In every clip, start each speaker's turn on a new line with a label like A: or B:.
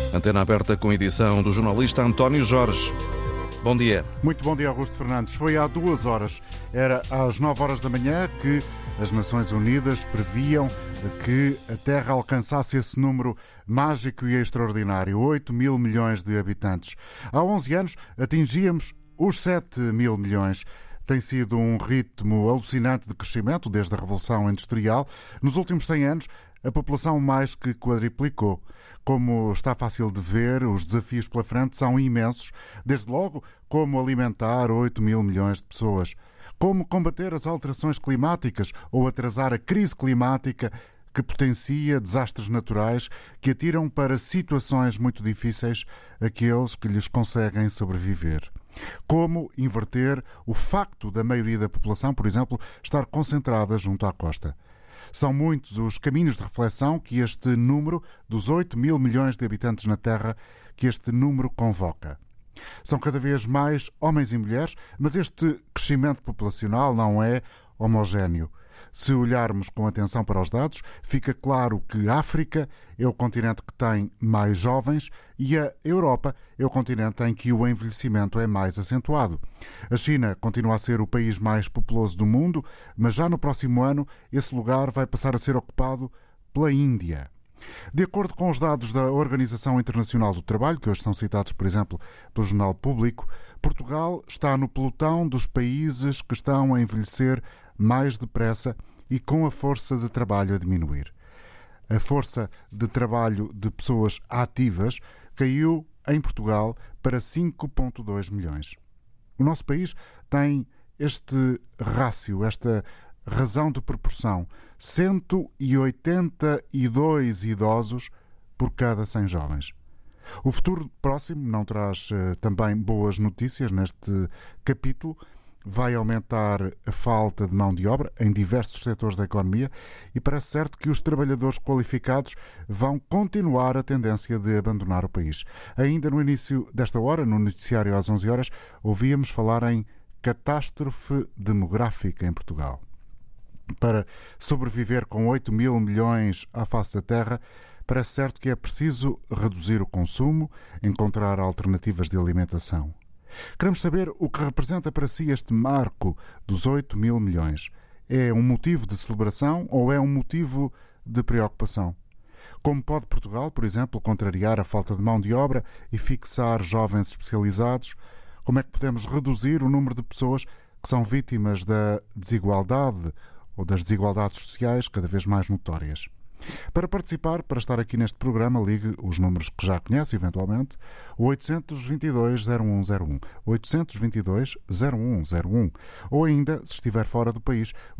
A: Antena aberta com edição do jornalista António Jorge. Bom dia.
B: Muito bom dia, Augusto Fernandes. Foi há 2 horas. Era às 9 horas da manhã que as Nações Unidas previam que a Terra alcançasse esse número mágico e extraordinário, 8 mil milhões de habitantes. Há 11 anos atingíamos os 7 mil milhões. Tem sido um ritmo alucinante de crescimento desde a Revolução Industrial. Nos últimos 100 anos, a população mais que quadriplicou. Como está fácil de ver, os desafios pela frente são imensos. Desde logo, como alimentar 8 mil milhões de pessoas. Como combater as alterações climáticas ou atrasar a crise climática que potencia desastres naturais que atiram para situações muito difíceis aqueles que lhes conseguem sobreviver. Como inverter o facto da maioria da população, por exemplo, estar concentrada junto à costa. São muitos os caminhos de reflexão que este número dos 8 mil milhões de habitantes na Terra, que este número convoca. São cada vez mais homens e mulheres, mas este crescimento populacional não é homogéneo. Se olharmos com atenção para os dados, fica claro que a África é o continente que tem mais jovens e a Europa é o continente em que o envelhecimento é mais acentuado. A China continua a ser o país mais populoso do mundo, mas já no próximo ano esse lugar vai passar a ser ocupado pela Índia. De acordo com os dados da Organização Internacional do Trabalho, que hoje são citados, por exemplo, pelo Jornal Público, Portugal está no pelotão dos países que estão a envelhecer mais depressa e com a força de trabalho a diminuir. A força de trabalho de pessoas ativas caiu em Portugal para 5,2 milhões. O nosso país tem este rácio, esta razão de proporção, 182 idosos por cada 100 jovens. O futuro próximo não traz também boas notícias neste capítulo. Vai aumentar a falta de mão de obra em diversos setores da economia e parece certo que os trabalhadores qualificados vão continuar a tendência de abandonar o país. Ainda no início desta hora, no noticiário às 11 horas, ouvíamos falar em catástrofe demográfica em Portugal. Para sobreviver com 8 mil milhões à face da Terra, parece certo que é preciso reduzir o consumo, encontrar alternativas de alimentação. Queremos saber o que representa para si este marco dos 8 mil milhões. É um motivo de celebração ou é um motivo de preocupação? Como pode Portugal, por exemplo, contrariar a falta de mão de obra e fixar jovens especializados? Como é que podemos reduzir o número de pessoas que são vítimas da desigualdade ou das desigualdades sociais cada vez mais notórias? Para participar, para estar aqui neste programa, ligue os números que já conhece, eventualmente, o 822-0101, 822-0101, ou ainda, se estiver fora do país, o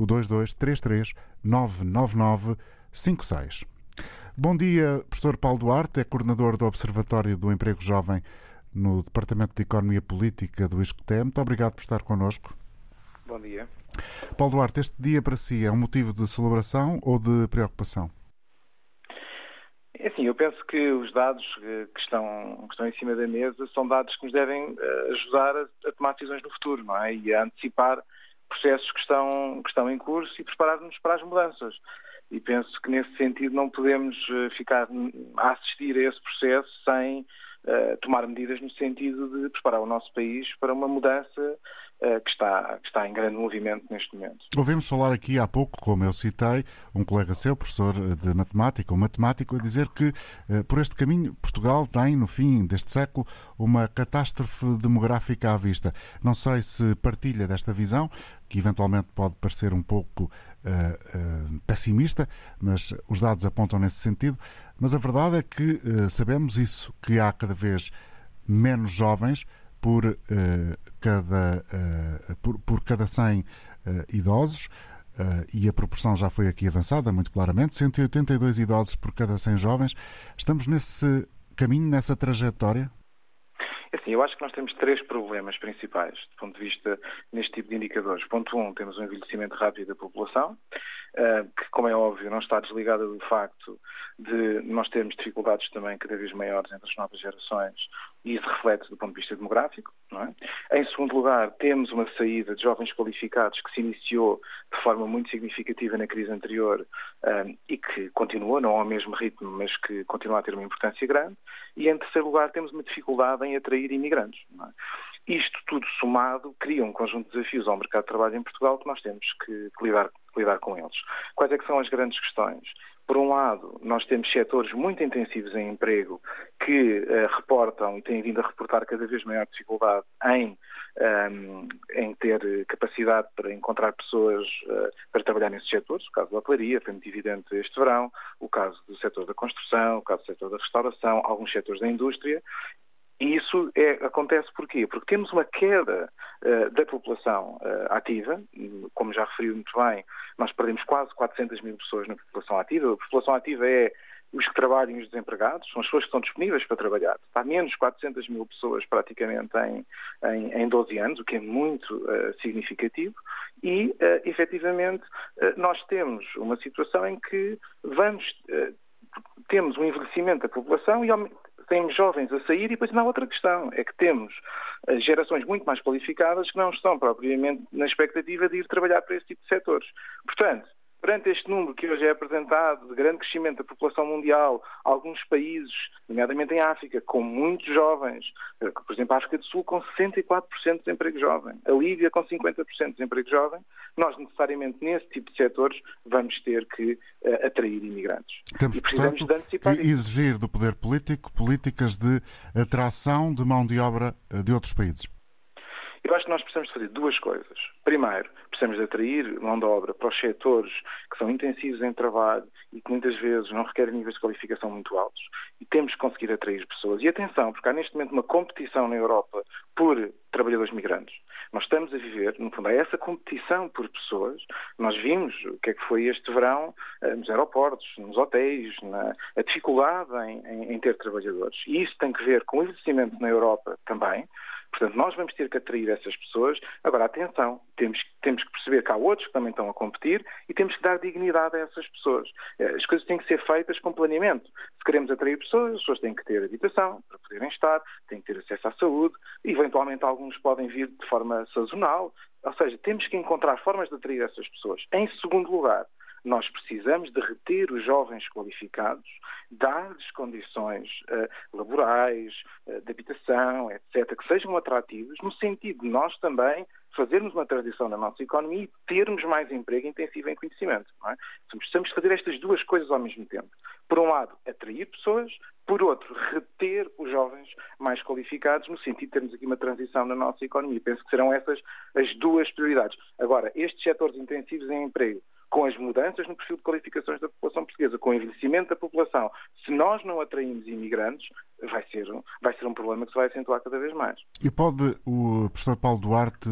B: 2233-99956. Bom dia, professor Paulo Duarte, é coordenador do Observatório do Emprego Jovem no Departamento de Economia Política do ISCTE. Muito obrigado por estar connosco.
C: Bom dia.
B: Paulo Duarte, este dia para si é um motivo de celebração ou de preocupação?
C: É assim, eu penso que os dados que estão em cima da mesa são dados que nos devem ajudar a tomar decisões no futuro, não é? E a antecipar processos que estão em curso e preparar-nos para as mudanças. E penso que nesse sentido não podemos ficar a assistir a esse processo sem tomar medidas no sentido de preparar o nosso país para uma mudança que está em grande movimento neste momento.
B: Ouvimos falar aqui há pouco, como eu citei, um colega seu, professor de matemática, um matemático, a dizer que por este caminho Portugal tem, no fim deste século, uma catástrofe demográfica à vista. Não sei se partilha desta visão, que eventualmente pode parecer um pouco pessimista, mas os dados apontam nesse sentido. Mas a verdade é que sabemos isso, que há cada vez menos jovens por cada 100 idosos, e a proporção já foi aqui avançada muito claramente, 182 idosos por cada 100 jovens. Estamos nesse caminho, nessa trajetória?
C: Assim, eu acho que nós temos 3 problemas principais, do ponto de vista neste tipo de indicadores. Ponto 1, temos um envelhecimento rápido da população. que, como é óbvio, não está desligada do facto de nós termos dificuldades também cada vez maiores entre as novas gerações, e isso reflete do ponto de vista demográfico, não é? Em segundo lugar, temos uma saída de jovens qualificados que se iniciou de forma muito significativa na crise anterior e que continua, não ao mesmo ritmo, mas que continua a ter uma importância grande. E em terceiro lugar, temos uma dificuldade em atrair imigrantes, não é? Isto tudo somado cria um conjunto de desafios ao mercado de trabalho em Portugal que nós temos que lidar com eles. Quais é que são as grandes questões? Por um lado, nós temos setores muito intensivos em emprego que reportam e têm vindo a reportar cada vez maior dificuldade em ter capacidade para encontrar pessoas para trabalhar nesses setores. O caso da hotelaria, foi muito evidente este verão, o caso do setor da construção, o caso do setor da restauração, alguns setores da indústria. E isso acontece porquê? Porque temos uma queda da população ativa, como já referiu muito bem, nós perdemos quase 400 mil pessoas na população ativa. A população ativa é os que trabalham e os desempregados, são as pessoas que estão disponíveis para trabalhar. Está menos 400 mil pessoas praticamente em 12 anos, o que é muito significativo, e efetivamente nós temos uma situação em que temos um envelhecimento da população e temos jovens a sair, e depois não há outra questão, é que temos gerações muito mais qualificadas que não estão propriamente na expectativa de ir trabalhar para esse tipo de setores. Portanto, perante este número que hoje é apresentado de grande crescimento da população mundial, alguns países, nomeadamente em África, com muitos jovens, por exemplo, a África do Sul com 64% de desemprego jovem, a Líbia com 50% de desemprego jovem, nós necessariamente nesse tipo de setores vamos ter que atrair imigrantes.
B: Temos, portanto, que exigir do poder político políticas de atração de mão de obra de outros países.
C: Eu acho que nós precisamos fazer duas coisas. Primeiro, precisamos de atrair mão de obra para os setores que são intensivos em trabalho e que muitas vezes não requerem níveis de qualificação muito altos. E temos que conseguir atrair pessoas. E atenção, porque há neste momento uma competição na Europa por trabalhadores migrantes. Nós estamos a viver, no fundo, é essa competição por pessoas. Nós vimos o que é que foi este verão nos aeroportos, nos hotéis, a dificuldade em ter trabalhadores. E isso tem que ver com o envelhecimento na Europa também. Portanto, nós vamos ter que atrair essas pessoas. Agora, atenção, temos que perceber que há outros que também estão a competir e temos que dar dignidade a essas pessoas. As coisas têm que ser feitas com planeamento. Se queremos atrair pessoas, as pessoas têm que ter habitação para poderem estar, têm que ter acesso à saúde, e eventualmente alguns podem vir de forma sazonal. Ou seja, temos que encontrar formas de atrair essas pessoas. Em segundo lugar, nós precisamos de reter os jovens qualificados, dar-lhes condições laborais, de habitação, etc., que sejam atrativos, no sentido de nós também fazermos uma transição na nossa economia e termos mais emprego intensivo em conhecimento. Não é? Precisamos fazer estas duas coisas ao mesmo tempo. Por um lado, atrair pessoas, por outro, reter os jovens mais qualificados, no sentido de termos aqui uma transição na nossa economia. Penso que serão essas as duas prioridades. Agora, estes setores intensivos em emprego, com as mudanças no perfil de qualificações da população portuguesa, com o envelhecimento da população, se nós não atraímos imigrantes, vai ser um problema que se vai acentuar cada vez mais.
B: E pode o professor Paulo Duarte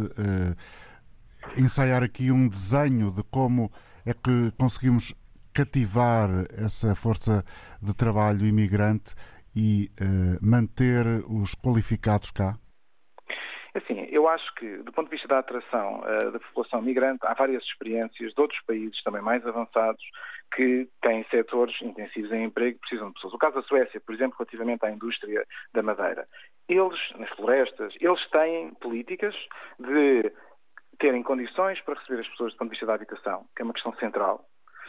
B: ensaiar aqui um desenho de como é que conseguimos cativar essa força de trabalho imigrante e manter os qualificados cá?
C: Assim, eu acho que, do ponto de vista da atração da população migrante, há várias experiências de outros países também mais avançados que têm setores intensivos em emprego e precisam de pessoas. O caso da Suécia, por exemplo, relativamente à indústria da madeira. Eles, nas florestas, eles têm políticas de terem condições para receber as pessoas do ponto de vista da habitação, que é uma questão central.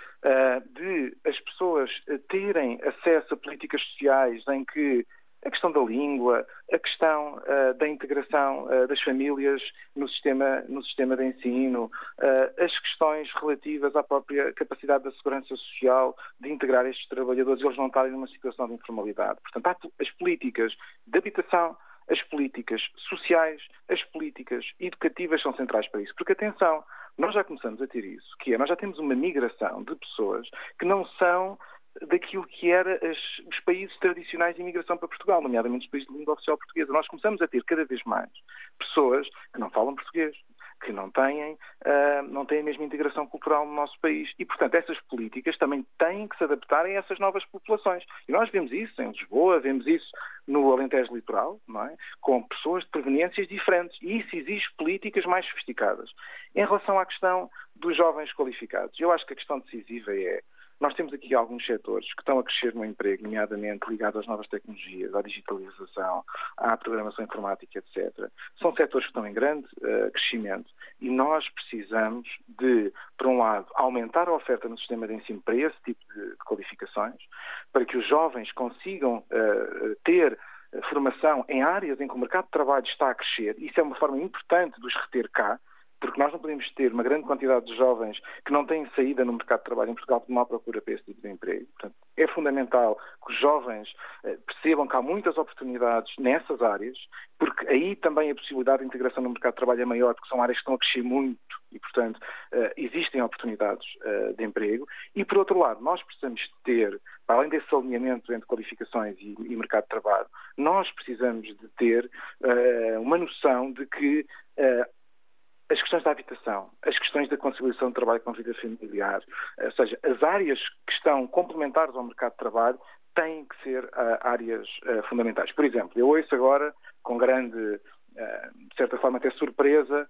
C: De as pessoas terem acesso a políticas sociais em que a questão da língua, a questão da integração das famílias no sistema de ensino, as questões relativas à própria capacidade da segurança social de integrar estes trabalhadores e eles não estarem numa situação de informalidade. Portanto, há as políticas de habitação, as políticas sociais, as políticas educativas são centrais para isso. Porque, atenção, nós já começamos a ter isso, nós já temos uma migração de pessoas que não são daquilo que era os países tradicionais de imigração para Portugal, nomeadamente os países de língua oficial portuguesa. Nós começamos a ter cada vez mais pessoas que não falam português, que não têm a mesma integração cultural no nosso país. E, portanto, essas políticas também têm que se adaptarem a essas novas populações. E nós vemos isso em Lisboa, vemos isso no Alentejo Litoral, não é? Com pessoas de proveniências diferentes. E isso exige políticas mais sofisticadas. Em relação à questão dos jovens qualificados, eu acho que a questão decisiva é: nós temos aqui alguns setores que estão a crescer no emprego, nomeadamente ligados às novas tecnologias, à digitalização, à programação informática, etc. São setores que estão em grande crescimento e nós precisamos de, por um lado, aumentar a oferta no sistema de ensino para esse tipo de qualificações, para que os jovens consigam ter formação em áreas em que o mercado de trabalho está a crescer. Isso é uma forma importante de os reter cá, porque nós não podemos ter uma grande quantidade de jovens que não têm saída no mercado de trabalho em Portugal por má procura para esse tipo de emprego. Portanto, é fundamental que os jovens percebam que há muitas oportunidades nessas áreas, porque aí também a possibilidade de integração no mercado de trabalho é maior, porque são áreas que estão a crescer muito e, portanto, existem oportunidades de emprego. E, por outro lado, nós precisamos ter, para além desse alinhamento entre qualificações e mercado de trabalho, nós precisamos de ter uma noção de que as questões da habitação, as questões da conciliação de trabalho com a vida familiar, ou seja, as áreas que estão complementares ao mercado de trabalho têm que ser áreas fundamentais. Por exemplo, eu ouço agora, com grande, de certa forma até surpresa,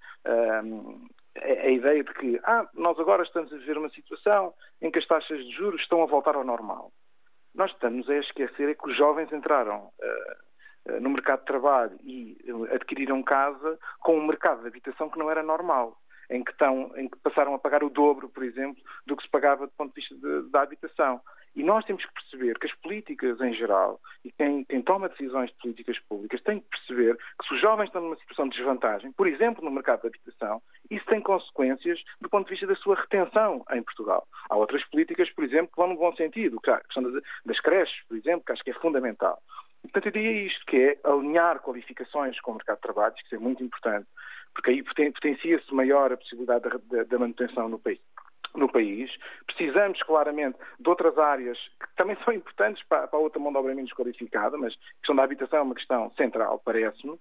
C: a ideia de que nós agora estamos a viver uma situação em que as taxas de juros estão a voltar ao normal. Nós estamos a esquecer que os jovens entraram no mercado de trabalho e adquiriram casa com um mercado de habitação que não era normal, em que passaram a pagar o dobro, por exemplo, do que se pagava do ponto de vista da habitação. E nós temos que perceber que as políticas em geral e quem toma decisões de políticas públicas tem que perceber que se os jovens estão numa situação de desvantagem, por exemplo, no mercado de habitação, isso tem consequências do ponto de vista da sua retenção em Portugal. Há outras políticas, por exemplo, que vão no bom sentido, a questão das creches, por exemplo, que acho que é fundamental. Portanto, eu diria isto, que é alinhar qualificações com o mercado de trabalho, que isso é muito importante, porque aí potencia-se maior a possibilidade da manutenção no país. Precisamos, claramente, de outras áreas que também são importantes para a outra mão de obra menos qualificada, mas a questão da habitação é uma questão central, parece-me.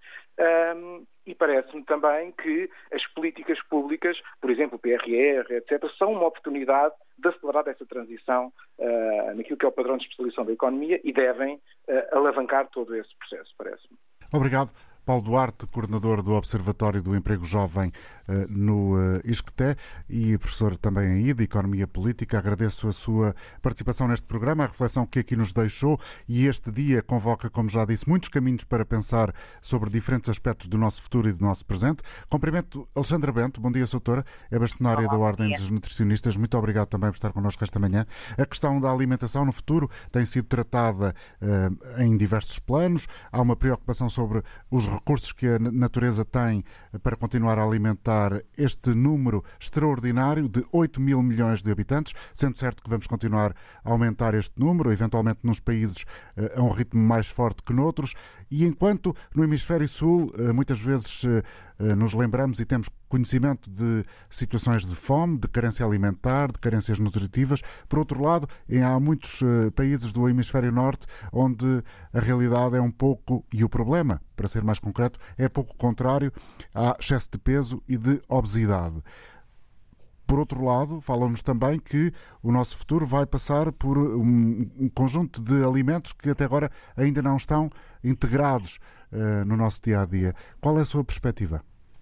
C: E parece-me também que as políticas públicas, por exemplo, o PRR, etc., são uma oportunidade de acelerar essa transição naquilo que é o padrão de especialização da economia e devem alavancar todo esse processo, parece-me.
B: Obrigado. Paulo Duarte, coordenador do Observatório do Emprego Jovem no ISCTE e professor também aí de Economia Política. Agradeço a sua participação neste programa, a reflexão que aqui nos deixou, e este dia convoca, como já disse, muitos caminhos para pensar sobre diferentes aspectos do nosso futuro e do nosso presente. Cumprimento Alexandra Bento. Bom dia, doutora. É bastonária da Ordem dos Nutricionistas. Muito obrigado também por estar connosco esta manhã. A questão da alimentação no futuro tem sido tratada em diversos planos. Há uma preocupação sobre os recursos que a natureza tem para continuar a alimentar este número extraordinário de 8 mil milhões de habitantes, sendo certo que vamos continuar a aumentar este número, eventualmente nos países a um ritmo mais forte que noutros, e enquanto no hemisfério sul muitas vezes nos lembramos e temos conhecimento de situações de fome, de carência alimentar, de carências nutritivas. Por outro lado, há muitos países do hemisfério norte onde a realidade é um pouco, e o problema, para ser mais concreto, é pouco contrário, há excesso de peso e de obesidade. Por outro lado, falam-nos também que o nosso futuro vai passar por um conjunto de alimentos que até agora ainda não estão integrados no nosso dia-a-dia. Qual é a sua perspectiva?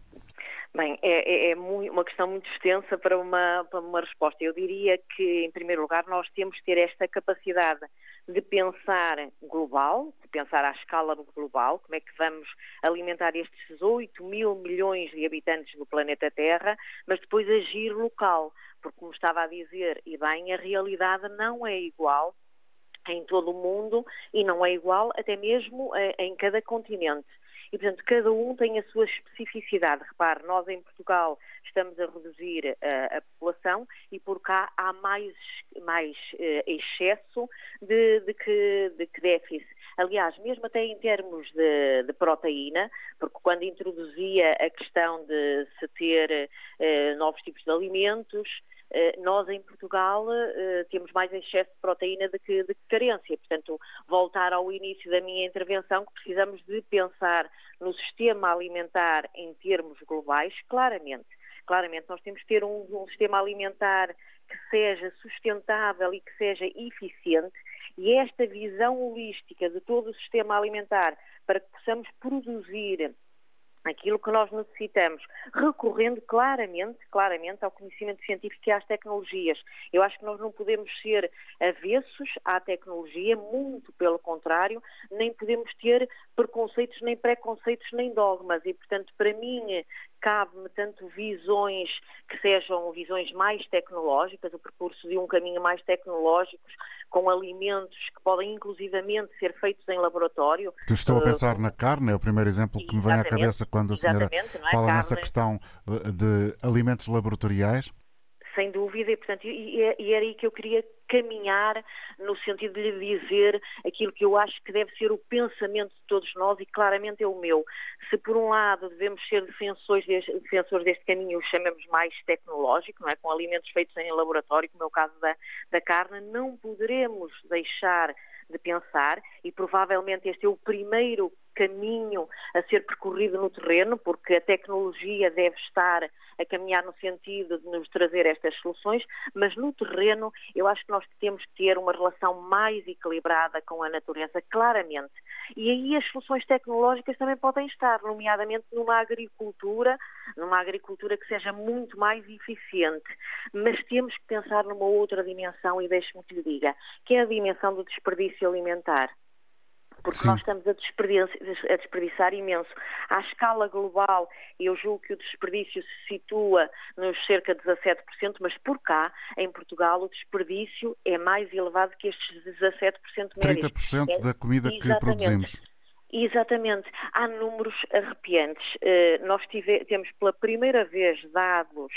D: Bem, é uma questão muito extensa para uma resposta. Eu diria que, em primeiro lugar, nós temos que ter esta capacidade de pensar global, de pensar à escala global, como é que vamos alimentar estes 8 mil milhões de habitantes do planeta Terra, mas depois agir local, porque, como estava a dizer, e bem, a realidade não é igual em todo o mundo e não é igual até mesmo em cada continente. E, portanto, cada um tem a sua especificidade. Repare, nós em Portugal estamos a reduzir a população e por cá há mais excesso de que déficit. Aliás, mesmo até em termos de proteína, porque quando introduzia a questão de se ter novos tipos de alimentos, Nós, em Portugal, temos mais excesso de proteína do que carência. Portanto, voltar ao início da minha intervenção, que precisamos de pensar no sistema alimentar em termos globais, claramente. Claramente, nós temos que ter um sistema alimentar que seja sustentável e que seja eficiente, e esta visão holística de todo o sistema alimentar para que possamos produzir aquilo que nós necessitamos, recorrendo claramente ao conhecimento científico e às tecnologias. Eu acho que nós não podemos ser avessos à tecnologia, muito pelo contrário, nem podemos ter preconceitos, nem preconceitos, nem dogmas. E, portanto, para mim, cabe-me tanto visões que sejam visões mais tecnológicas, o percurso de um caminho mais tecnológico, com alimentos que podem inclusivamente ser feitos em laboratório.
B: Estou a pensar na carne, é o primeiro exemplo que me vem à cabeça quando a senhora fala nessa questão de alimentos laboratoriais.
D: Sem dúvida, e portanto, era aí que eu queria caminhar, no sentido de lhe dizer aquilo que eu acho que deve ser o pensamento de todos nós, e claramente é o meu. Se por um lado devemos ser defensores deste caminho, o chamamos mais tecnológico, não é? Com alimentos feitos em laboratório, como é o caso da carne, não poderemos deixar de pensar, e provavelmente este é o primeiro caminho a ser percorrido no terreno, porque a tecnologia deve estar a caminhar no sentido de nos trazer estas soluções, mas no terreno eu acho que nós temos que ter uma relação mais equilibrada com a natureza, claramente. E aí as soluções tecnológicas também podem estar, nomeadamente numa agricultura que seja muito mais eficiente. Mas temos que pensar numa outra dimensão, e deixe-me que lhe diga, que é a dimensão do desperdício alimentar. Porque Sim. Nós estamos a desperdiçar imenso. À escala global, eu julgo que o desperdício se situa nos cerca de 17%, mas por cá, em Portugal, o desperdício é mais elevado que estes 17% médios.
B: 30% da comida que produzimos.
D: Exatamente. Há números arrepiantes. Nós temos pela primeira vez dados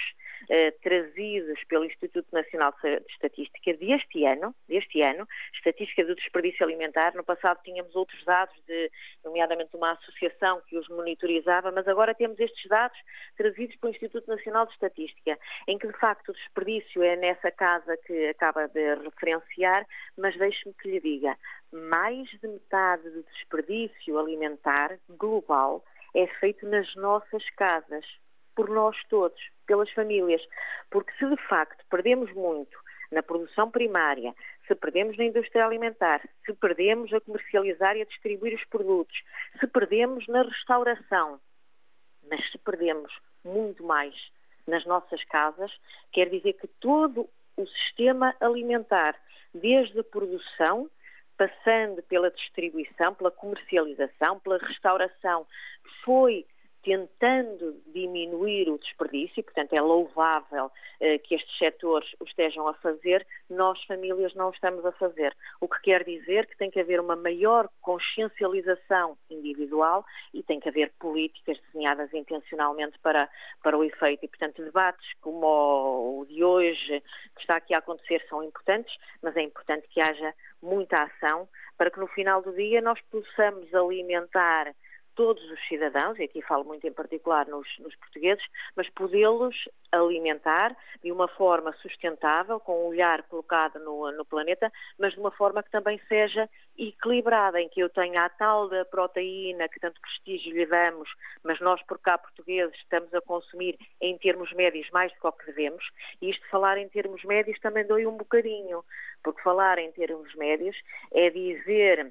D: trazidos pelo Instituto Nacional de Estatística deste ano, estatística do desperdício alimentar. No passado tínhamos outros dados, nomeadamente uma associação que os monitorizava, mas agora temos estes dados trazidos pelo Instituto Nacional de Estatística, em que de facto o desperdício é nessa casa que acaba de referenciar, mas deixe-me que lhe diga, mais de metade do desperdício alimentar global é feito nas nossas casas, por nós todos, pelas famílias. Porque se de facto perdemos muito na produção primária, se perdemos na indústria alimentar, se perdemos a comercializar e a distribuir os produtos, se perdemos na restauração, mas se perdemos muito mais nas nossas casas, quer dizer que todo o sistema alimentar, desde a produção, passando pela distribuição, pela comercialização, pela restauração, foi tentando diminuir o desperdício, portanto é louvável que estes setores o estejam a fazer, nós famílias não o estamos a fazer. O que quer dizer que tem que haver uma maior consciencialização individual e tem que haver políticas desenhadas intencionalmente para o efeito. E, portanto, debates como o de hoje, que está aqui a acontecer, são importantes, mas é importante que haja muita ação para que no final do dia nós possamos alimentar todos os cidadãos, e aqui falo muito em particular nos portugueses, mas podê-los alimentar de uma forma sustentável, com um olhar colocado no planeta, mas de uma forma que também seja equilibrada, em que eu tenha a tal da proteína que tanto prestígio lhe damos, mas nós por cá portugueses estamos a consumir em termos médios mais do que o que devemos, e isto de falar em termos médios também dói um bocadinho, porque falar em termos médios é dizer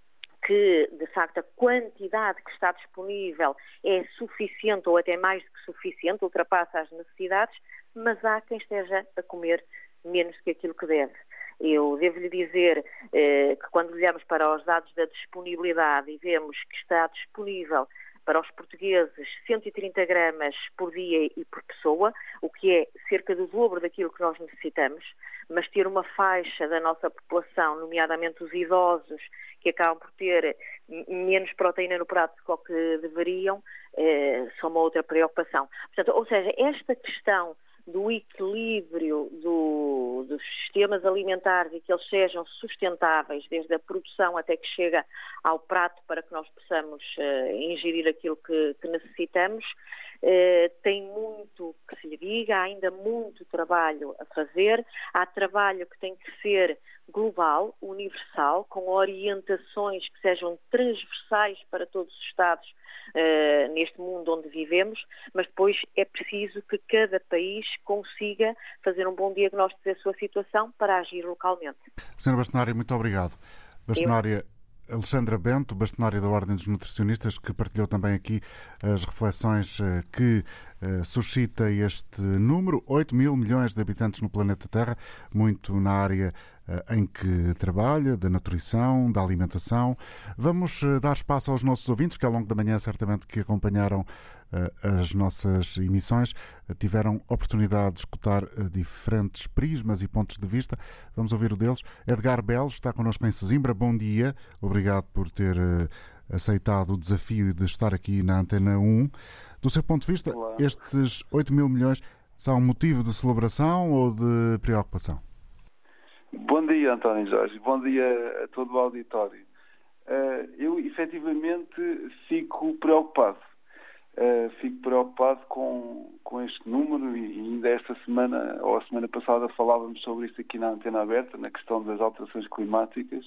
D: que, de facto, a quantidade que está disponível é suficiente ou até mais do que suficiente, ultrapassa as necessidades, mas há quem esteja a comer menos que aquilo que deve. Eu devo-lhe dizer que quando olhamos para os dados da disponibilidade e vemos que está disponível para os portugueses 130 gramas por dia e por pessoa, o que é cerca do dobro daquilo que nós necessitamos, mas ter uma faixa da nossa população, nomeadamente os idosos, que acabam por ter menos proteína no prato do que o que deveriam, são uma outra preocupação. Portanto, ou seja, esta questão do equilíbrio dos sistemas alimentares e que eles sejam sustentáveis desde a produção até que chega ao prato para que nós possamos ingerir aquilo que necessitamos, tem muito que se lhe diga, há ainda muito trabalho a fazer, há trabalho que tem que ser global, universal, com orientações que sejam transversais para todos os Estados neste mundo onde vivemos, mas depois é preciso que cada país consiga fazer um bom diagnóstico da sua situação para agir localmente.
B: Sra. Bastonária, muito obrigado. Bastonária Alexandra Bento, bastonária da Ordem dos Nutricionistas, que partilhou também aqui as reflexões que suscita este número, 8 mil milhões de habitantes no planeta Terra, muito na área em que trabalha, da nutrição, da alimentação. Vamos dar espaço aos nossos ouvintes, que ao longo da manhã certamente que acompanharam as nossas emissões, tiveram oportunidade de escutar diferentes prismas e pontos de vista. Vamos ouvir o deles. Edgar Belo está connosco em Sesimbra. Bom dia. Obrigado por ter aceitado o desafio de estar aqui na Antena 1. Do seu ponto de vista,
E: Olá.
B: Estes 8 mil milhões são motivo de celebração ou de preocupação?
E: Bom dia, António Jorge. Bom dia a todo o auditório. Eu, efetivamente, fico preocupado. Fico preocupado com este número e ainda esta semana, ou a semana passada, falávamos sobre isso aqui na Antena Aberta, na questão das alterações climáticas.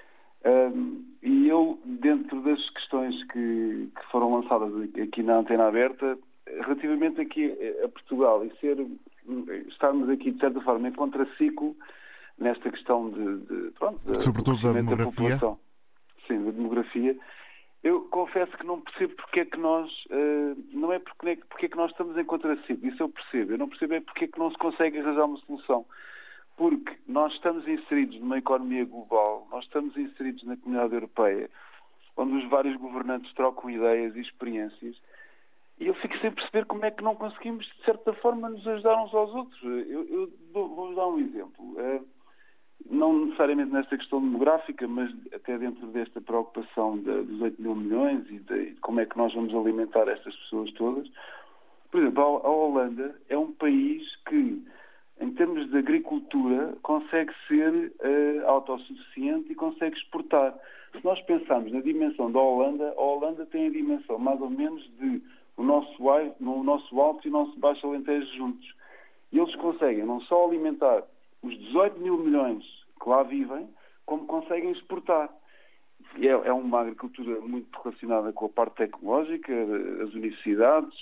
E: E eu, dentro das questões que foram lançadas aqui na Antena Aberta, relativamente aqui a Portugal e estarmos aqui, de certa forma, em contraciclo nesta questão
B: sobretudo da demografia.
E: Sim, da demografia. Eu confesso que não percebo porque é que nós não é porque é que nós estamos em contraciclo, isso eu percebo. Eu não percebo é porque é que não se consegue arranjar uma solução. Porque nós estamos inseridos numa economia global, nós estamos inseridos na Comunidade Europeia, onde os vários governantes trocam ideias e experiências, e eu fico sem perceber como é que não conseguimos, de certa forma, nos ajudar uns aos outros. Eu vou dar um exemplo. Não necessariamente nesta questão demográfica, mas até dentro desta preocupação dos 8 mil milhões e de como é que nós vamos alimentar estas pessoas todas. Por exemplo, a Holanda é um país que, em termos de agricultura, consegue ser autossuficiente e consegue exportar. Se nós pensarmos na dimensão da Holanda, a Holanda tem a dimensão mais ou menos de o nosso alto e o nosso baixo Alentejo juntos. E eles conseguem não só alimentar os 18 mil milhões que lá vivem, como conseguem exportar. E é uma agricultura muito relacionada com a parte tecnológica, as universidades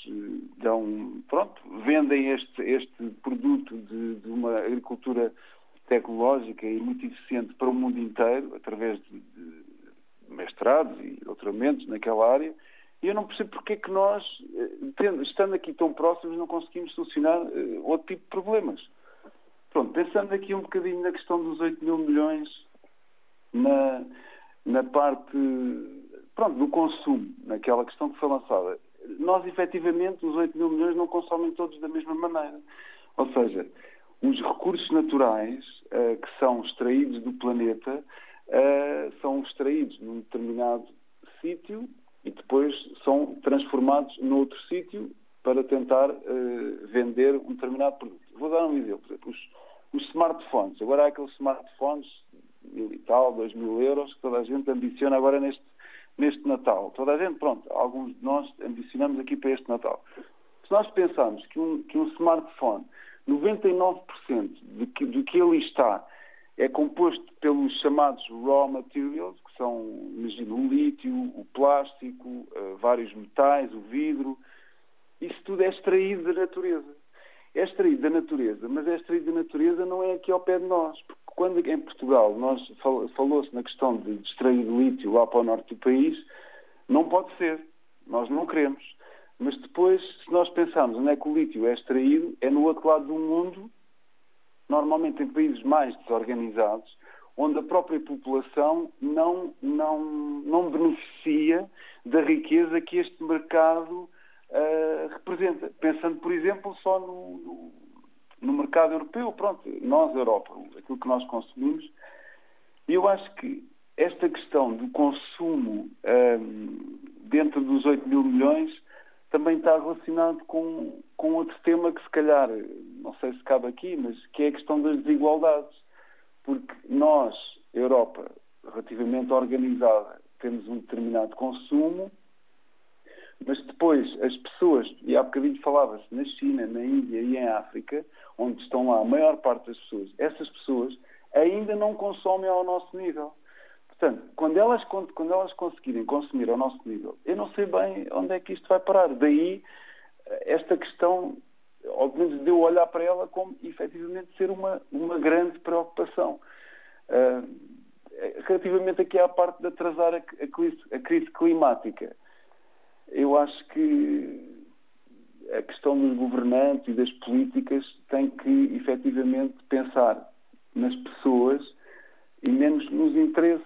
E: vendem este produto de uma agricultura tecnológica e muito eficiente para o mundo inteiro, através de mestrados e doutoramentos naquela área, e eu não percebo porque é que nós, estando aqui tão próximos, não conseguimos solucionar outro tipo de problemas. Pronto, pensando aqui um bocadinho na questão dos 8 mil milhões na parte do consumo, naquela questão que foi lançada. Nós, efetivamente, os 8 mil milhões não consomem todos da mesma maneira. Ou seja, os recursos naturais que são extraídos do planeta são extraídos num determinado sítio e depois são transformados noutro sítio para tentar vender um determinado produto. Vou dar um exemplo. Por exemplo, os smartphones. Agora há aqueles smartphones, 1.000 e tal, 2.000 euros, que toda a gente ambiciona agora neste Natal. Toda a gente, alguns de nós ambicionamos aqui para este Natal. Se nós pensarmos que um smartphone, 99% do que ele está é composto pelos chamados raw materials, que são, imagina, o lítio, o plástico, vários metais, o vidro. Isso tudo é extraído da natureza. É extraído da natureza, mas é extraído da natureza não é aqui ao pé de nós. Porque quando em Portugal falou-se na questão de extrair lítio lá para o norte do país, não pode ser. Nós não queremos. Mas depois, se nós pensarmos onde é que o lítio é extraído, é no outro lado do mundo, normalmente em países mais desorganizados, onde a própria população não beneficia da riqueza que este mercado representa. Pensando, por exemplo, só no mercado europeu, nós, Europa, aquilo que nós consumimos. E eu acho que esta questão do consumo dentro dos 8 mil milhões também está relacionado com outro tema que, se calhar, não sei se cabe aqui, mas que é a questão das desigualdades. Porque nós, Europa, relativamente organizada, temos um determinado consumo, Mas depois as pessoas, e há bocadinho falava-se na China, na Índia e em África, onde estão lá a maior parte das pessoas, essas pessoas ainda não consomem ao nosso nível. Portanto, quando elas conseguirem consumir ao nosso nível, eu não sei bem onde é que isto vai parar. Daí esta questão, obviamente, de eu olhar para ela como efetivamente ser uma grande preocupação. Relativamente aqui à parte de atrasar a crise climática, eu acho que a questão dos governantes e das políticas tem que efetivamente pensar nas pessoas e menos nos interesses.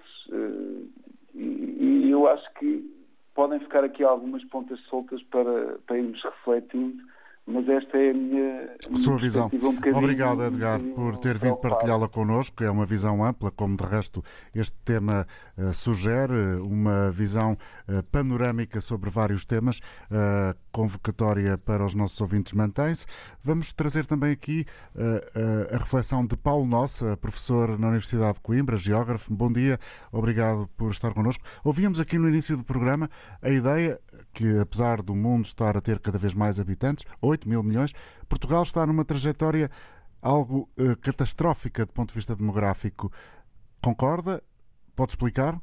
E: E eu acho que podem ficar aqui algumas pontas soltas para irmos refletindo, mas esta é a minha
B: sua visão. Obrigado, Edgar, por ter vindo partilhá-la connosco. É uma visão ampla, como de resto este tema sugere, uma visão panorâmica sobre vários temas. A convocatória para os nossos ouvintes mantém-se. Vamos trazer também aqui a reflexão de Paulo Nossa, professor na Universidade de Coimbra, geógrafo. Bom dia, obrigado por estar connosco. Ouvíamos aqui no início do programa a ideia que, apesar do mundo estar a ter cada vez mais habitantes, 8 mil milhões, Portugal está numa trajetória algo catastrófica do ponto de vista demográfico. Concorda? Pode explicar?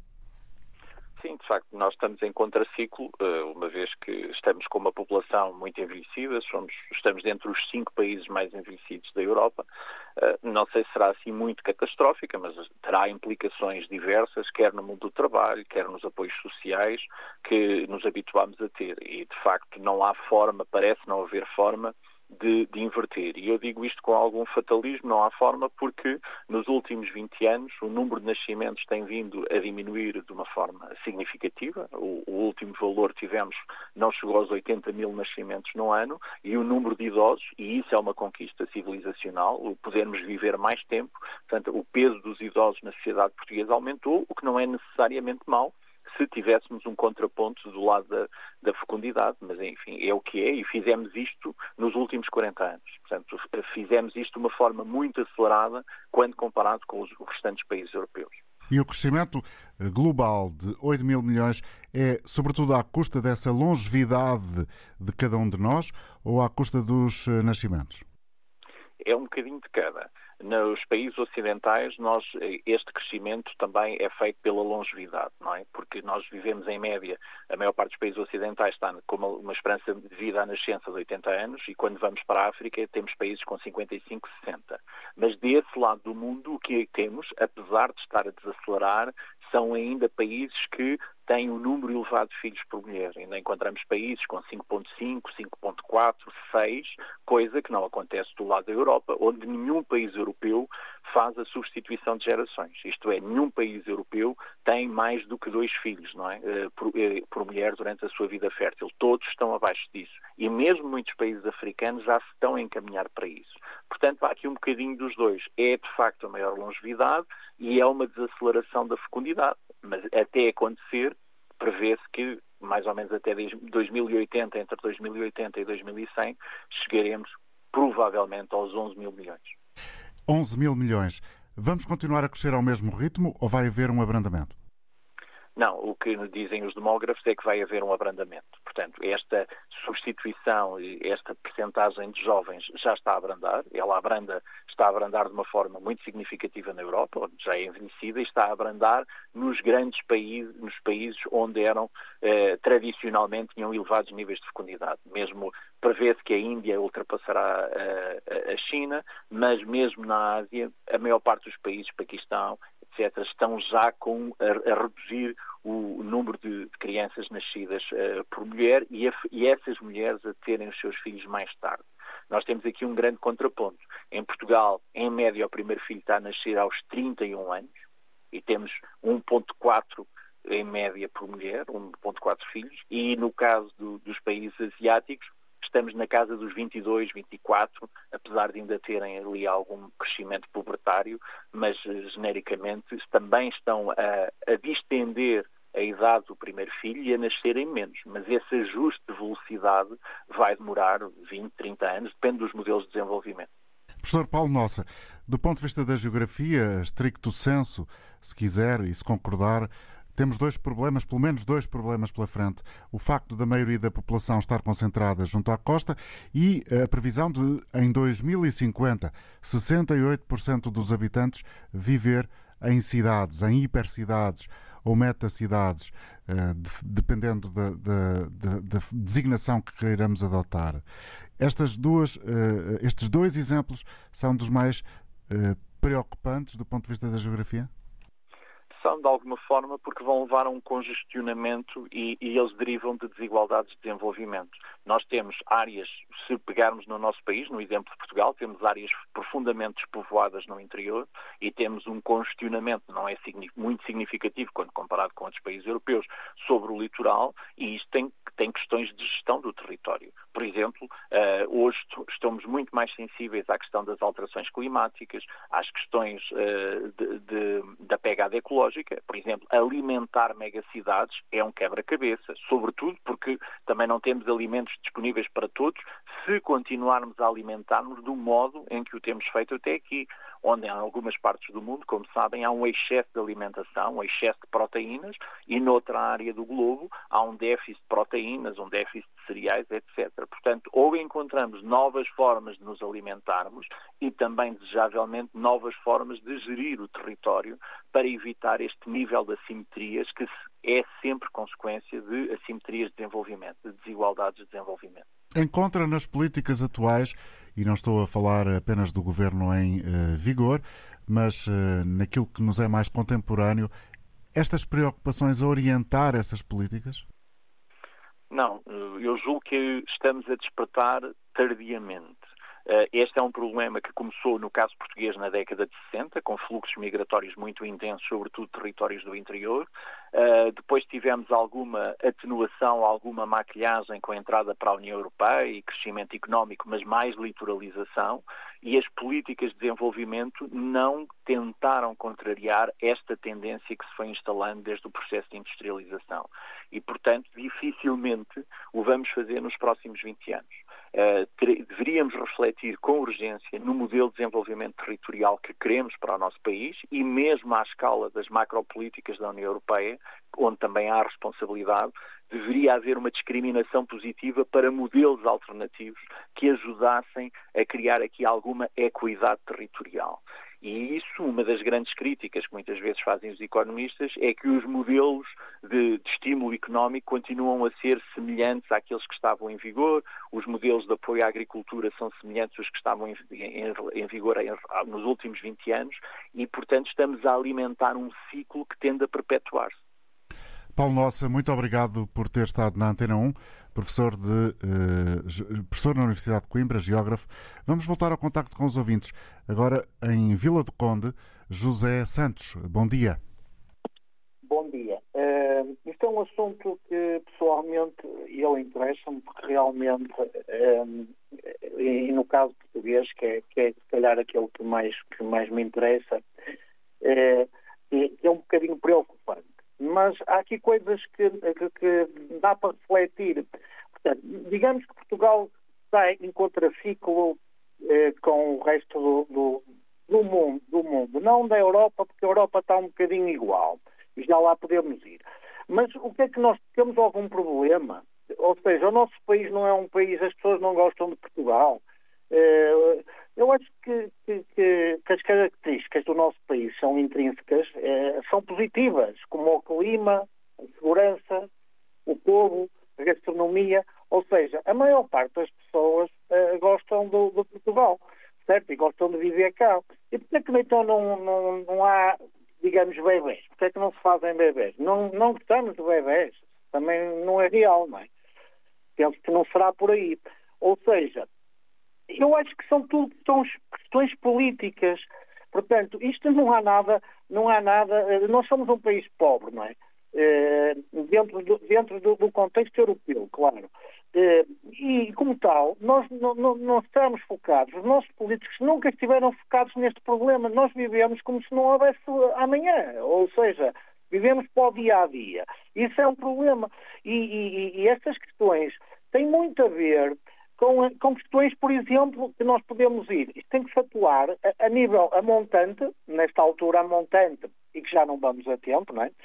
F: Sim, de facto, nós estamos em contraciclo, uma vez que estamos com uma população muito envelhecida, estamos dentre os 5 países mais envelhecidos da Europa. Não sei se será assim muito catastrófica, mas terá implicações diversas, quer no mundo do trabalho, quer nos apoios sociais, que nos habituámos a ter. E, de facto, não há forma, parece não haver forma, de inverter. E eu digo isto com algum fatalismo, não há forma, porque nos últimos 20 anos o número de nascimentos tem vindo a diminuir de uma forma significativa. O último valor tivemos, não chegou aos 80 mil nascimentos no ano, e o número de idosos, e isso é uma conquista civilizacional, o podermos viver mais tempo, portanto, o peso dos idosos na sociedade portuguesa aumentou, o que não é necessariamente mau, se tivéssemos um contraponto do lado da fecundidade, mas enfim, é o que é, e fizemos isto nos últimos 40 anos. Portanto, fizemos isto de uma forma muito acelerada quando comparado com os restantes países europeus.
B: E o crescimento global de 8 mil milhões é, sobretudo, à custa dessa longevidade de cada um de nós ou à custa dos nascimentos?
F: É um bocadinho de cada. Nos países ocidentais, este crescimento também é feito pela longevidade, não é? Porque nós vivemos, em média, a maior parte dos países ocidentais está com uma esperança de vida à nascença de 80 anos, e quando vamos para a África temos países com 55, 60. Mas desse lado do mundo, o que temos, apesar de estar a desacelerar, são ainda países que têm um número elevado de filhos por mulher. Ainda encontramos países com 5.5, 5.4, 6, coisa que não acontece do lado da Europa, onde nenhum país europeu faz a substituição de gerações. Isto é, nenhum país europeu tem mais do que 2 filhos, não é? Por mulher durante a sua vida fértil. Todos estão abaixo disso. E mesmo muitos países africanos já se estão a encaminhar para isso. Portanto, há aqui um bocadinho dos dois. É, de facto, a maior longevidade e é uma desaceleração da fecundidade. Mas até acontecer, prevê-se que, mais ou menos até 2080, entre 2080 e 2100, chegaremos provavelmente aos 11 mil milhões.
B: 11 mil milhões. Vamos continuar a crescer ao mesmo ritmo ou vai haver um abrandamento?
F: Não, o que dizem os demógrafos é que vai haver um abrandamento. Portanto, esta substituição e esta percentagem de jovens já está a abrandar. Ela está a abrandar de uma forma muito significativa na Europa, onde já é envelhecida, e está a abrandar nos grandes países, nos países onde tradicionalmente tinham elevados níveis de fecundidade. Mesmo prevê-se que a Índia ultrapassará a China, mas mesmo na Ásia, a maior parte dos países, Paquistão, etc., estão já a reduzir o número de crianças nascidas por mulher e essas mulheres a terem os seus filhos mais tarde. Nós temos aqui um grande contraponto. Em Portugal, em média, o primeiro filho está a nascer aos 31 anos e temos 1.4 em média por mulher, 1.4 filhos, e no caso dos países asiáticos, estamos na casa dos 22, 24, apesar de ainda terem ali algum crescimento pubertário, mas genericamente também estão a distender a idade do primeiro filho e a nascerem menos. Mas esse ajuste de velocidade vai demorar 20, 30 anos, depende dos modelos de desenvolvimento.
B: Professor Paulo Nossa, do ponto de vista da geografia, stricto sensu, se quiser e se concordar, Temos dois problemas, pelo menos dois problemas pela frente. O facto da maioria da população estar concentrada junto à costa e a previsão de, em 2050, 68% dos habitantes viver em cidades, em hipercidades ou metacidades, dependendo da designação que queiramos adotar. Estes dois exemplos são dos mais preocupantes do ponto de vista da geografia?
F: São, de alguma forma, porque vão levar a um congestionamento e eles derivam de desigualdades de desenvolvimento. Nós temos áreas, se pegarmos no nosso país, no exemplo de Portugal, temos áreas profundamente despovoadas no interior e temos um congestionamento, não é muito significativo quando comparado com outros países europeus, sobre o litoral, e isto tem questões de gestão do território. Por exemplo, hoje estamos muito mais sensíveis à questão das alterações climáticas, às questões da pegada ecológica. Por exemplo, alimentar megacidades é um quebra-cabeça, sobretudo porque também não temos alimentos disponíveis para todos se continuarmos a alimentar-nos do modo em que o temos feito até aqui, onde em algumas partes do mundo, como sabem, há um excesso de alimentação, um excesso de proteínas, e noutra área do globo há um déficit de proteínas, um déficit de cereais, etc. Portanto, ou encontramos novas formas de nos alimentarmos e também, desejavelmente, novas formas de gerir o território para evitar este nível de assimetrias que é sempre consequência de assimetrias de desenvolvimento, de desigualdades de desenvolvimento.
B: Encontra nas políticas atuais, e não estou a falar apenas do governo em vigor, mas naquilo que nos é mais contemporâneo, estas preocupações a orientar essas políticas?
F: Não, eu julgo que estamos a despertar tardiamente. Este é um problema que começou, no caso português, na década de 60, com fluxos migratórios muito intensos, sobretudo territórios do interior. Depois tivemos alguma atenuação, alguma maquilhagem com a entrada para a União Europeia e crescimento económico, mas mais litoralização. E as políticas de desenvolvimento não tentaram contrariar esta tendência que se foi instalando desde o processo de industrialização. E, portanto, dificilmente o vamos fazer nos próximos 20 anos. Deveríamos refletir com urgência no modelo de desenvolvimento territorial que queremos para o nosso país e mesmo à escala das macropolíticas da União Europeia, onde também há responsabilidade, deveria haver uma discriminação positiva para modelos alternativos que ajudassem a criar aqui alguma equidade territorial. E isso, uma das grandes críticas que muitas vezes fazem os economistas, é que os modelos de estímulo económico continuam a ser semelhantes àqueles que estavam em vigor, os modelos de apoio à agricultura são semelhantes aos que estavam em vigor nos últimos 20 anos e, portanto, estamos a alimentar um ciclo que tende a perpetuar-se.
B: Paulo Nossa, muito obrigado por ter estado na Antena 1, professor na Universidade de Coimbra, geógrafo. Vamos voltar ao contacto com os ouvintes. Agora, em Vila do Conde, José Santos. Bom dia.
G: Bom dia. Isto é um assunto que, pessoalmente, eu interessa-me, porque realmente, e no caso português, que é se calhar aquele que mais me interessa, é um bocadinho preocupante. Mas há aqui coisas que dá para refletir. Portanto, digamos que Portugal está em contraciclo com o resto do mundo. Não da Europa, porque a Europa está um bocadinho igual. E já lá podemos ir. Mas o que é que nós temos algum problema? Ou seja, o nosso país não é um país, as pessoas não gostam de Portugal. Eu acho que as características do nosso país são intrínsecas, são positivas, como o clima, a segurança, o povo, a gastronomia. Ou seja, a maior parte das pessoas gostam de Portugal, certo? E gostam de viver cá. E por que é que então não há, digamos, bebés? Por que é que não se fazem bebés? Não gostamos de bebés. Também não é real, não é? Penso que não será por aí. Ou seja, eu acho que são tudo questões políticas. Portanto, isto não há nada. Nós somos um país pobre, não é? Dentro do contexto europeu, claro. E, como tal, nós não estamos focados. Os nossos políticos nunca estiveram focados neste problema. Nós vivemos como se não houvesse amanhã. Ou seja, vivemos para o dia a dia. Isso é um problema. E estas questões têm muito a ver com questões, por exemplo, que nós podemos ir. Isto tem que se atuar a nível montante, nesta altura a montante, e que já não vamos a tempo, não é?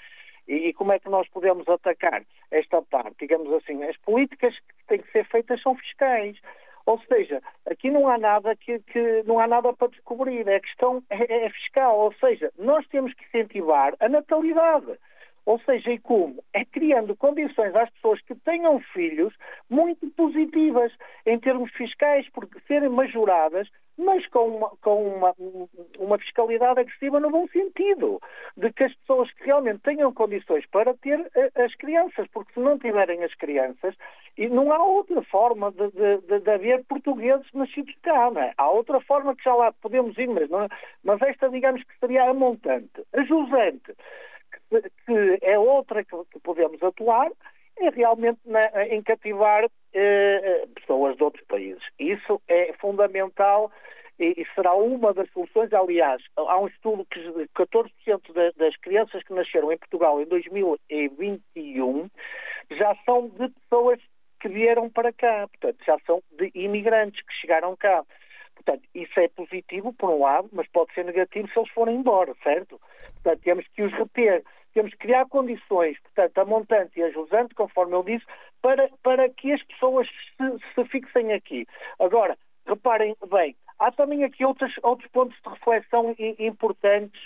G: E como é que nós podemos atacar esta parte? Digamos assim, as políticas que têm que ser feitas são fiscais. Ou seja, aqui não há nada não há nada para descobrir. A questão é fiscal. Ou seja, nós temos que incentivar a natalidade. Ou seja, e como? É criando condições às pessoas que tenham filhos muito positivas em termos fiscais, porque serem majoradas, mas com uma fiscalidade agressiva no bom sentido, de que as pessoas que realmente tenham condições para ter as crianças, porque se não tiverem as crianças, e não há outra forma de haver portugueses nascidos cá, não é? Há outra forma que já lá podemos ir, mas esta, digamos que seria a montante. A jusante, que é outra que podemos atuar, é realmente em cativar pessoas de outros países. Isso é fundamental e será uma das soluções. Aliás, há um estudo que 14% das crianças que nasceram em Portugal em 2021 já são de pessoas que vieram para cá, portanto, já são de imigrantes que chegaram cá. Portanto, isso é positivo, por um lado, mas pode ser negativo se eles forem embora, certo? Portanto, temos que os reter, temos que criar condições, portanto, a montante e a jusante, conforme eu disse, para que as pessoas se fixem aqui. Agora, reparem bem, há também aqui outros pontos de reflexão importantes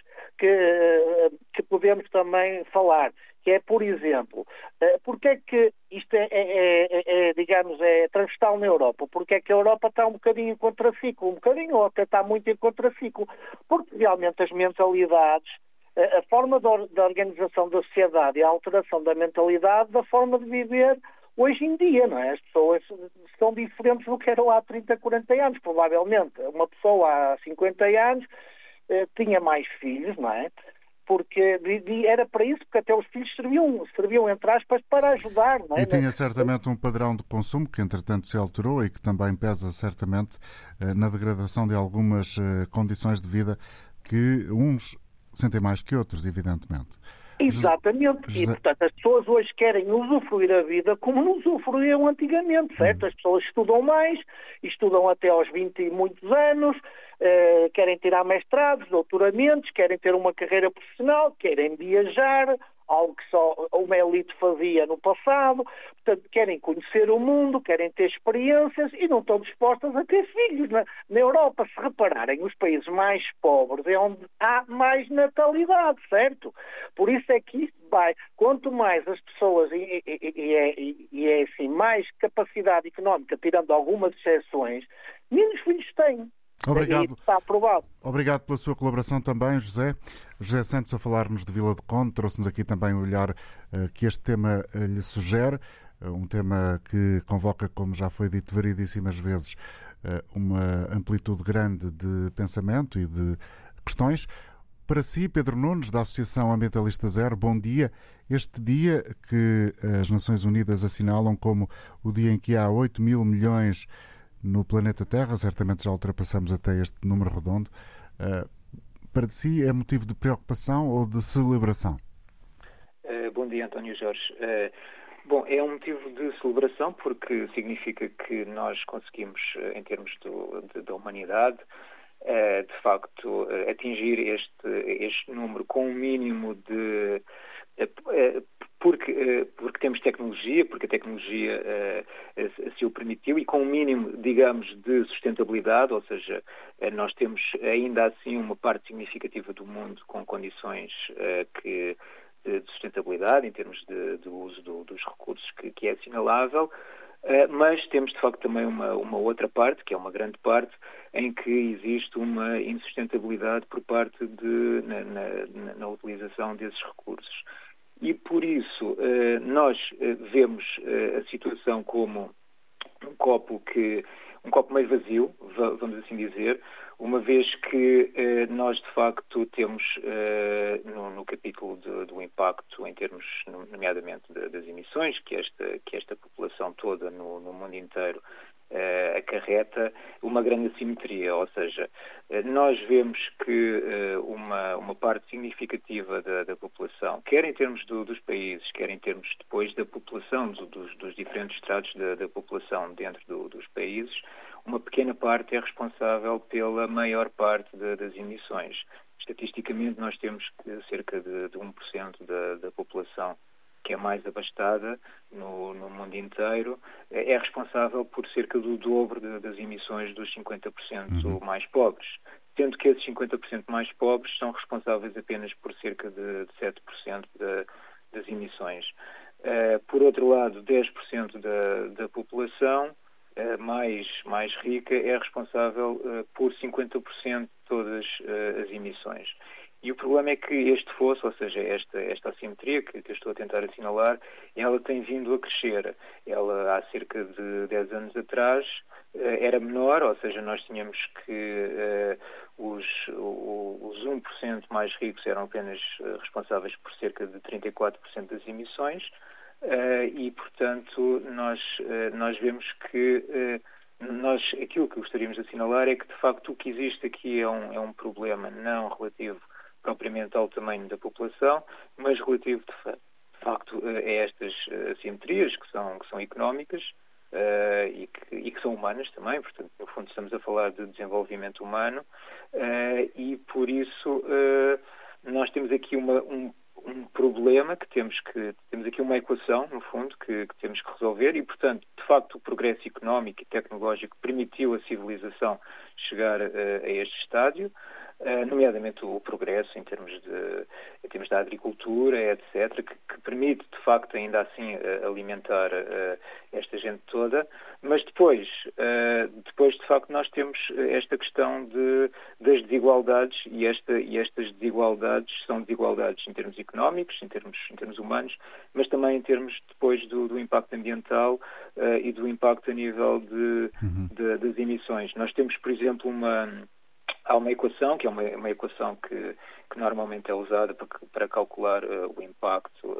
G: que podemos também falar, que é, por exemplo, porque é que isto digamos, é transversal na Europa? Porque é que a Europa está um bocadinho em contraciclo? Um bocadinho, ou até está muito em contraciclo? Porque realmente as mentalidades, a forma da organização da sociedade e a alteração da mentalidade, da forma de viver hoje em dia, não é? As pessoas são diferentes do que eram há 30, 40 anos, provavelmente. Uma pessoa há 50 anos tinha mais filhos, não é? Porque era para isso, porque até os filhos serviam entre aspas, para ajudar, não é?
B: E tinha certamente um padrão de consumo que, entretanto, se alterou e que também pesa certamente na degradação de algumas condições de vida que uns sentem mais que outros, evidentemente.
G: Exatamente. E, portanto, as pessoas hoje querem usufruir a vida como não usufruíam antigamente, certo? As pessoas estudam mais, estudam até aos 20 e muitos anos, querem tirar mestrados, doutoramentos, querem ter uma carreira profissional, querem viajar, algo que só uma elite fazia no passado, portanto, querem conhecer o mundo, querem ter experiências e não estão dispostas a ter filhos. Na Europa, se repararem, os países mais pobres é onde há mais natalidade, certo? Por isso é que isto vai, quanto mais as pessoas, e é assim, mais capacidade económica, tirando algumas exceções, menos filhos têm.
B: Obrigado.
G: Está aprovado.
B: Obrigado pela sua colaboração também, José. José Santos a falar-nos de Vila do Conde, trouxe-nos aqui também o olhar que este tema lhe sugere, um tema que convoca, como já foi dito variedíssimas vezes, uma amplitude grande de pensamento e de questões. Para si, Pedro Nunes, da Associação Ambientalista Zero, bom dia. Este dia que as Nações Unidas assinalam como o dia em que há 8 mil milhões no planeta Terra, certamente já ultrapassamos até este número redondo. Para si é motivo de preocupação ou de celebração?
H: Bom dia, António Jorge. Bom, é um motivo de celebração porque significa que nós conseguimos, em termos da humanidade, de facto, atingir este número com um mínimo de... Porque temos tecnologia, porque a tecnologia se o permitiu e com um mínimo, digamos, de sustentabilidade, ou seja, nós temos ainda assim uma parte significativa do mundo com condições de sustentabilidade em termos de uso dos recursos que é assinalável, mas temos de facto também uma outra parte, que é uma grande parte, em que existe uma insustentabilidade por parte na utilização desses recursos. E por isso nós vemos a situação como um copo meio vazio, vamos assim dizer, uma vez que nós de facto temos no capítulo do impacto em termos, nomeadamente, das emissões, que esta população toda no mundo inteiro acarreta uma grande assimetria, ou seja, nós vemos que uma parte significativa da população, quer em termos dos países, quer em termos depois da população, dos diferentes estratos da população dentro dos países, uma pequena parte é responsável pela maior parte das emissões. estatisticamente nós temos que cerca de 1% da população que é mais abastada no mundo inteiro, é responsável por cerca do dobro das emissões dos 50% mais pobres, sendo que esses 50% mais pobres são responsáveis apenas por cerca de 7% das emissões. Por outro lado, 10% da população mais rica é responsável por 50% de todas as emissões. E o problema é que este fosso, ou seja, esta assimetria que eu estou a tentar assinalar, ela tem vindo a crescer. Ela, há cerca de 10 anos atrás, era menor, ou seja, nós tínhamos que os 1% mais ricos eram apenas responsáveis por cerca de 34% das emissões, e, portanto, nós vemos que aquilo que gostaríamos de assinalar é que, de facto, o que existe aqui é um problema não relativo propriamente ao tamanho da população, mas relativo, de facto, a estas assimetrias que são económicas e que são humanas também. Portanto, no fundo, estamos a falar de desenvolvimento humano e, por isso, nós temos aqui um problema temos aqui uma equação, no fundo, que temos que resolver e, portanto, de facto, o progresso económico e tecnológico permitiu à civilização chegar a este estádio, nomeadamente o progresso em termos da agricultura, etc., que permite, de facto, ainda assim alimentar esta gente toda, mas depois, de facto, nós temos esta questão das desigualdades e estas desigualdades são desigualdades em termos económicos, em termos humanos, mas também em termos depois do impacto ambiental e do impacto a nível das emissões. Nós temos, por exemplo, há uma equação, que é uma equação que normalmente é usada para calcular o impacto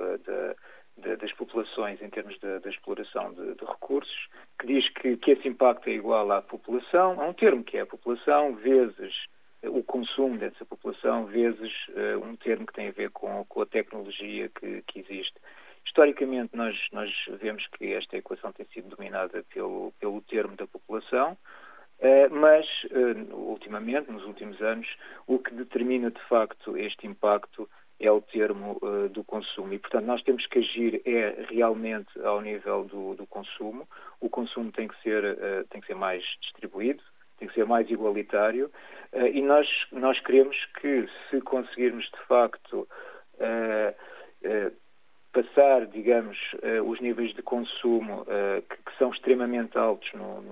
H: das populações em termos da exploração de recursos, que diz que esse impacto é igual à população, a um termo que é a população, vezes o consumo dessa população, vezes um termo que tem a ver com a tecnologia que existe. Historicamente, nós vemos que esta equação tem sido dominada pelo termo da população, mas, ultimamente, nos últimos anos, o que determina, de facto, este impacto é o termo do consumo. E, portanto, nós temos que agir realmente ao nível do consumo. O consumo tem que ser mais distribuído, tem que ser mais igualitário. E nós queremos que, se conseguirmos, de facto, passar, digamos, os níveis de consumo que são extremamente altos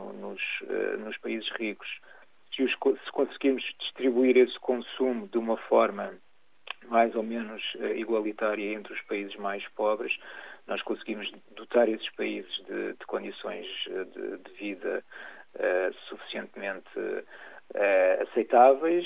H: nos países ricos, se conseguirmos distribuir esse consumo de uma forma mais ou menos igualitária entre os países mais pobres, nós conseguimos dotar esses países de condições de vida suficientemente aceitáveis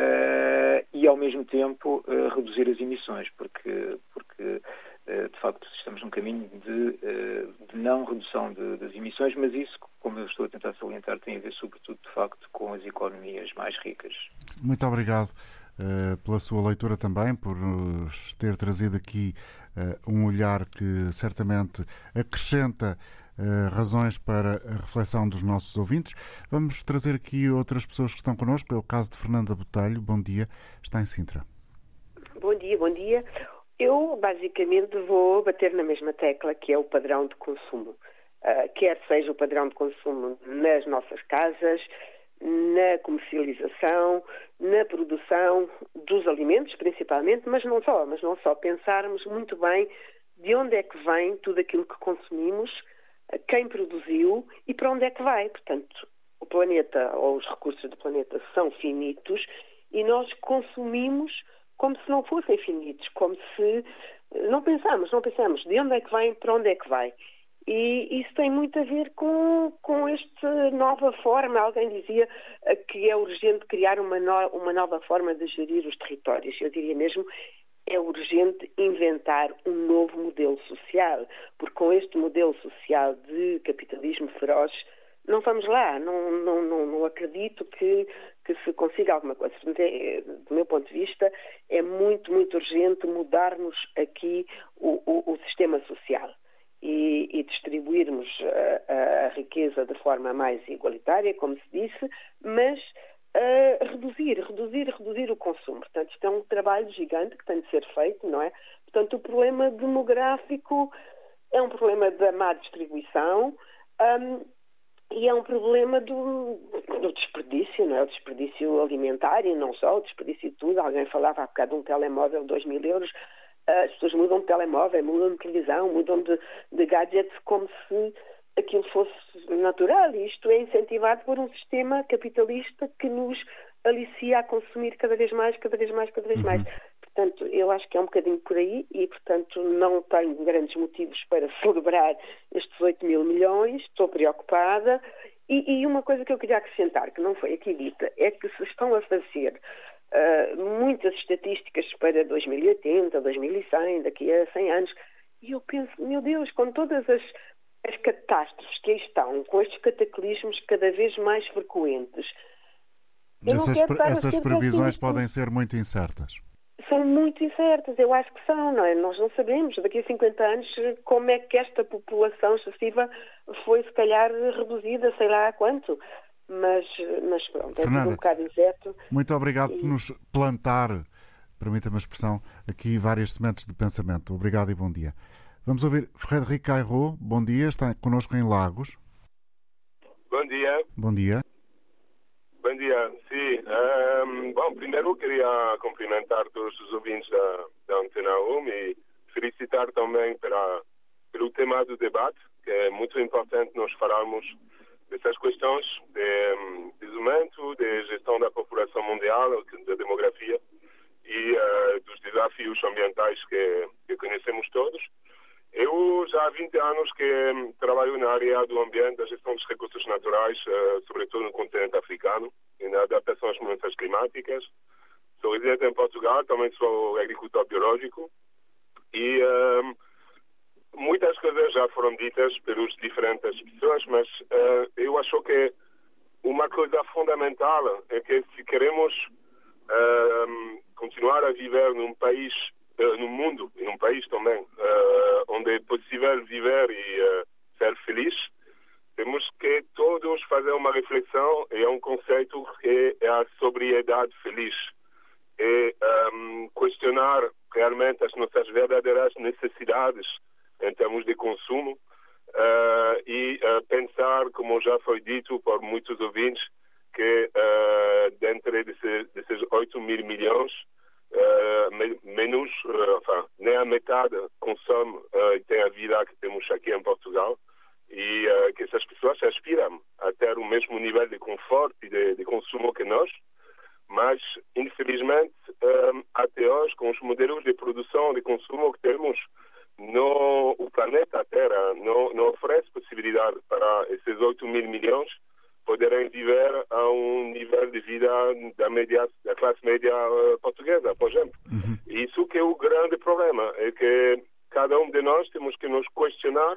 H: e, ao mesmo tempo, reduzir as emissões, porque de facto estamos num caminho de não redução das emissões, mas isso, como eu estou a tentar salientar, tem a ver sobretudo, de facto, com as economias mais ricas.
B: Muito obrigado pela sua leitura também, por nos ter trazido aqui um olhar que certamente acrescenta razões para a reflexão dos nossos ouvintes. Vamos trazer aqui outras pessoas que estão connosco. É o caso de Fernanda Botelho. Bom dia, está em Sintra.
I: Bom dia. Eu, basicamente, vou bater na mesma tecla, que é o padrão de consumo. Quer seja o padrão de consumo nas nossas casas, na comercialização, na produção dos alimentos, principalmente, mas não só. Pensarmos muito bem de onde é que vem tudo aquilo que consumimos, quem produziu e para onde é que vai. Portanto, o planeta ou os recursos do planeta são finitos e nós consumimos como se não fossem finitos, como se não pensamos de onde é que vem, para onde é que vai. E isso tem muito a ver com esta nova forma. Alguém dizia que é urgente criar uma nova forma de gerir os territórios. Eu diria mesmo, é urgente inventar um novo modelo social, porque com este modelo social de capitalismo feroz, não vamos lá, não acredito que se consiga alguma coisa. Do meu ponto de vista, é muito, muito urgente mudarmos aqui o sistema social e distribuirmos a riqueza de forma mais igualitária, como se disse, mas reduzir o consumo. Portanto, isto é um trabalho gigante que tem de ser feito, não é? Portanto, o problema demográfico é um problema da má distribuição e é um problema do desperdício, não é? O desperdício alimentar e não só, o desperdício de tudo. Alguém falava há bocado de um telemóvel de 2.000 euros. As pessoas mudam de telemóvel, mudam de televisão, mudam de gadgets como se aquilo fosse natural. E isto é incentivado por um sistema capitalista que nos alicia a consumir cada vez mais. Portanto, eu acho que é um bocadinho por aí e, portanto, não tenho grandes motivos para celebrar estes 8 mil milhões, estou preocupada. E uma coisa que eu queria acrescentar, que não foi aqui dita, é que se estão a fazer muitas estatísticas para 2080, 2100, daqui a 100 anos, e eu penso, meu Deus, com todas as catástrofes que aí estão, com estes cataclismos cada vez mais frequentes.
B: Essas previsões podem ser muito incertas.
I: São muito incertas, eu acho que são, não é? Nós não sabemos, daqui a 50 anos, como é que esta população excessiva foi, se calhar, reduzida, sei lá a quanto. Mas pronto, é tudo um bocado incerto.
B: Muito obrigado por nos plantar, permita-me a expressão, aqui várias sementes de pensamento. Obrigado e bom dia. Vamos ouvir Frederic Cairot. Bom dia, está connosco em Lagos.
J: Bom dia.
B: Bom dia.
J: Bom dia, sim. Bom, primeiro queria cumprimentar todos os ouvintes da Antena 1 e felicitar também pelo tema do debate, que é muito importante nós falarmos dessas questões de desenvolvimento, de gestão da população mundial, da demografia e dos desafios ambientais que conhecemos todos. Eu já há 20 anos que trabalho na área do ambiente, da gestão dos recursos naturais, sobretudo no continente africano, e na adaptação às mudanças climáticas. Sou residente em Portugal, também sou agricultor biológico e muitas coisas já foram ditas pelas diferentes pessoas, mas eu acho que uma coisa fundamental é que se queremos continuar a viver num país, no mundo e num país também, onde é possível viver e ser feliz, temos que todos fazer uma reflexão e é um conceito que é a sobriedade feliz. É questionar realmente as nossas verdadeiras necessidades em termos de consumo e pensar, como já foi dito por muitos ouvintes, que dentro desses 8 mil milhões, menos, nem a metade consome e tem a vida que temos aqui em Portugal e que essas pessoas aspiram a ter o mesmo nível de conforto e de consumo que nós, mas infelizmente até hoje com os modelos de produção e de consumo que temos, o planeta Terra não oferece possibilidade para esses 8 mil milhões poderem viver a um nível de vida da classe média portuguesa, por exemplo. Isso que é o grande problema, é que cada um de nós temos que nos questionar.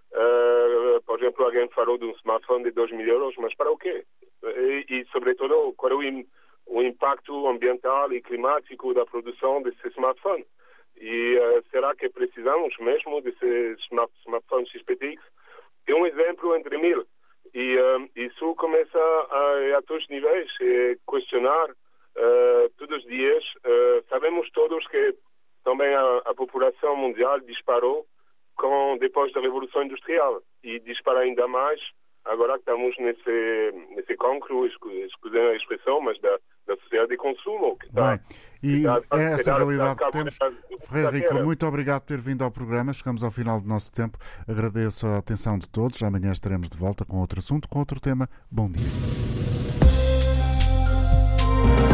J: Por exemplo, alguém falou de um smartphone de 2 mil euros, mas para o quê? E sobretudo, qual é o impacto ambiental e climático da produção desse smartphone? E será que precisamos mesmo desse smartphone XPTX? É um exemplo entre mil. E isso começa a todos os níveis, questionar todos os dias. Sabemos todos que também a população mundial disparou depois da Revolução Industrial e dispara ainda mais agora que estamos nesse cancro, escusem a expressão, mas da sociedade de consumo.
B: É essa a realidade que temos. Frederico, muito obrigado por ter vindo ao programa. Chegamos ao final do nosso tempo. Agradeço a atenção de todos. Amanhã estaremos de volta com outro assunto, com outro tema. Bom dia.